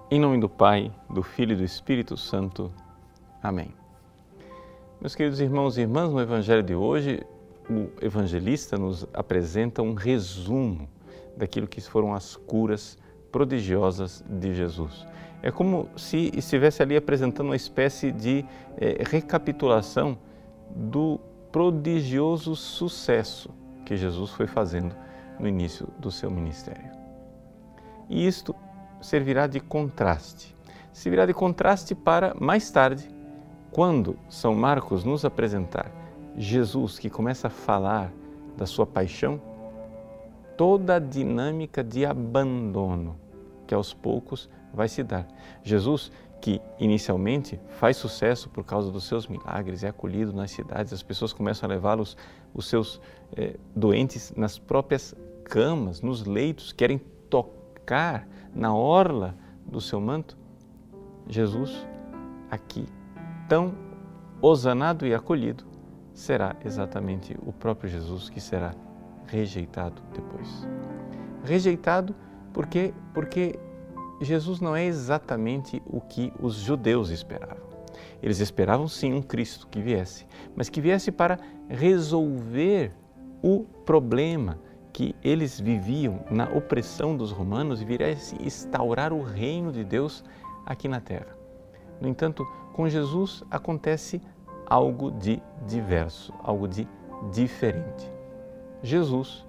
Em nome do Pai, do Filho e do Espírito Santo. Amém. Meus queridos irmãos e irmãs, no Evangelho de hoje, o evangelista nos apresenta um resumo daquilo que foram as curas prodigiosas de Jesus. É como se estivesse ali apresentando uma espécie de recapitulação do prodigioso sucesso que Jesus foi fazendo no início do seu ministério. E isto servirá de contraste. Servirá de contraste para, mais tarde, quando São Marcos nos apresentar Jesus que começa a falar da sua paixão, toda a dinâmica de abandono que aos poucos vai se dar. Jesus que inicialmente faz sucesso por causa dos seus milagres, é acolhido nas cidades, as pessoas começam a levá-los, os seus doentes, nas próprias camas, nos leitos, querem tocar na orla do seu manto. Jesus, aqui, tão hosanado e acolhido, será exatamente o próprio Jesus que será rejeitado depois. Rejeitado porque Jesus não é exatamente o que os judeus esperavam. Eles esperavam sim um Cristo que viesse, mas que viesse para resolver o problema que eles viviam na opressão dos romanos e viesse instaurar o reino de Deus aqui na terra. No entanto, com Jesus acontece algo de diverso, algo de diferente. Jesus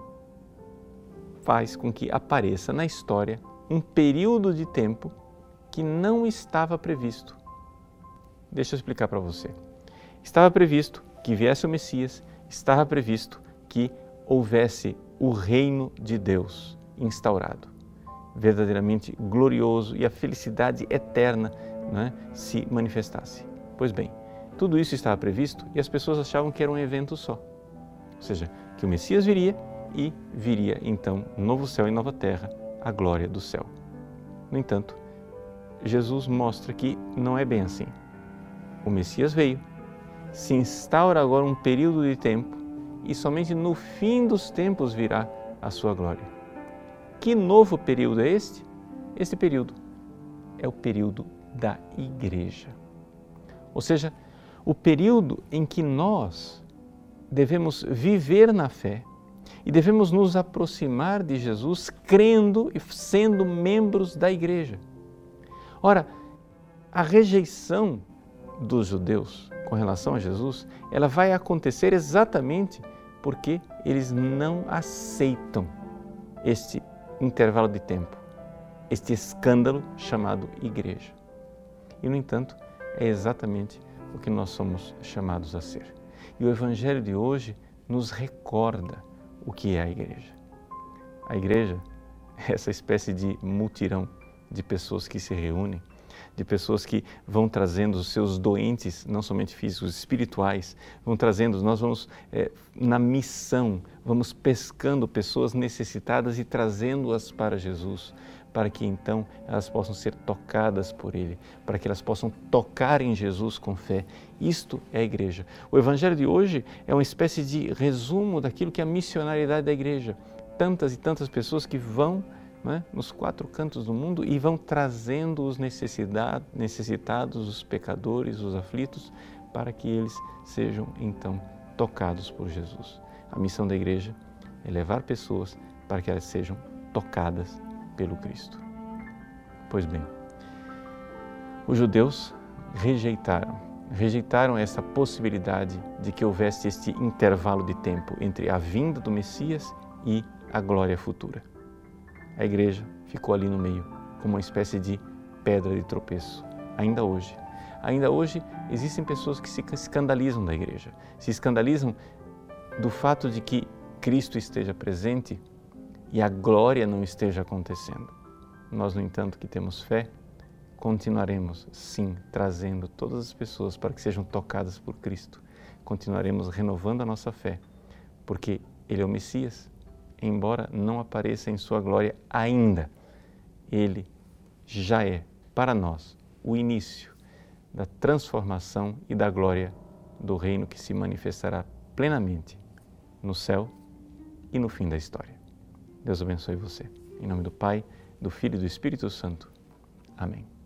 faz com que apareça na história um período de tempo que não estava previsto. Deixa eu explicar para você. Estava previsto que viesse o Messias, estava previsto que houvesse o reino de Deus instaurado, verdadeiramente glorioso e a felicidade eterna, né, se manifestasse. Pois bem, tudo isso estava previsto e as pessoas achavam que era um evento só. Ou seja, que o Messias viria e viria então novo céu e nova terra, a glória do céu. No entanto, Jesus mostra que não é bem assim. O Messias veio, se instaura agora um período de tempo e somente no fim dos tempos virá a sua glória. Que novo período é este? Este período é o período da Igreja. Ou seja, o período em que nós devemos viver na fé e devemos nos aproximar de Jesus crendo e sendo membros da Igreja. Ora, a rejeição dos judeus com relação a Jesus, ela vai acontecer exatamente porque eles não aceitam este intervalo de tempo, este escândalo chamado Igreja. E, no entanto, é exatamente o que nós somos chamados a ser. E o Evangelho de hoje nos recorda o que é a Igreja. A Igreja é essa espécie de mutirão de pessoas que se reúnem, de pessoas que vão trazendo os seus doentes, não somente físicos, espirituais, vão trazendo, nós vamos na missão, vamos pescando pessoas necessitadas e trazendo-as para Jesus, para que então elas possam ser tocadas por Ele, para que elas possam tocar em Jesus com fé. Isto é a Igreja. O Evangelho de hoje é uma espécie de resumo daquilo que é a missionariedade da Igreja. Tantas e tantas pessoas que vão nos quatro cantos do mundo e vão trazendo os necessitados, os pecadores, os aflitos, para que eles sejam então tocados por Jesus. A missão da Igreja é levar pessoas para que elas sejam tocadas pelo Cristo. Pois bem, os judeus rejeitaram essa possibilidade de que houvesse este intervalo de tempo entre a vinda do Messias e a glória futura. A Igreja ficou ali no meio, como uma espécie de pedra de tropeço. Ainda hoje existem pessoas que se escandalizam da Igreja, se escandalizam do fato de que Cristo esteja presente e a glória não esteja acontecendo. Nós, no entanto, que temos fé, continuaremos, sim, trazendo todas as pessoas para que sejam tocadas por Cristo. Continuaremos renovando a nossa fé, porque Ele é o Messias. Embora não apareça em sua glória ainda, Ele já é, para nós, o início da transformação e da glória do reino que se manifestará plenamente no céu e no fim da história. Deus abençoe você. Em nome do Pai, do Filho e do Espírito Santo. Amém.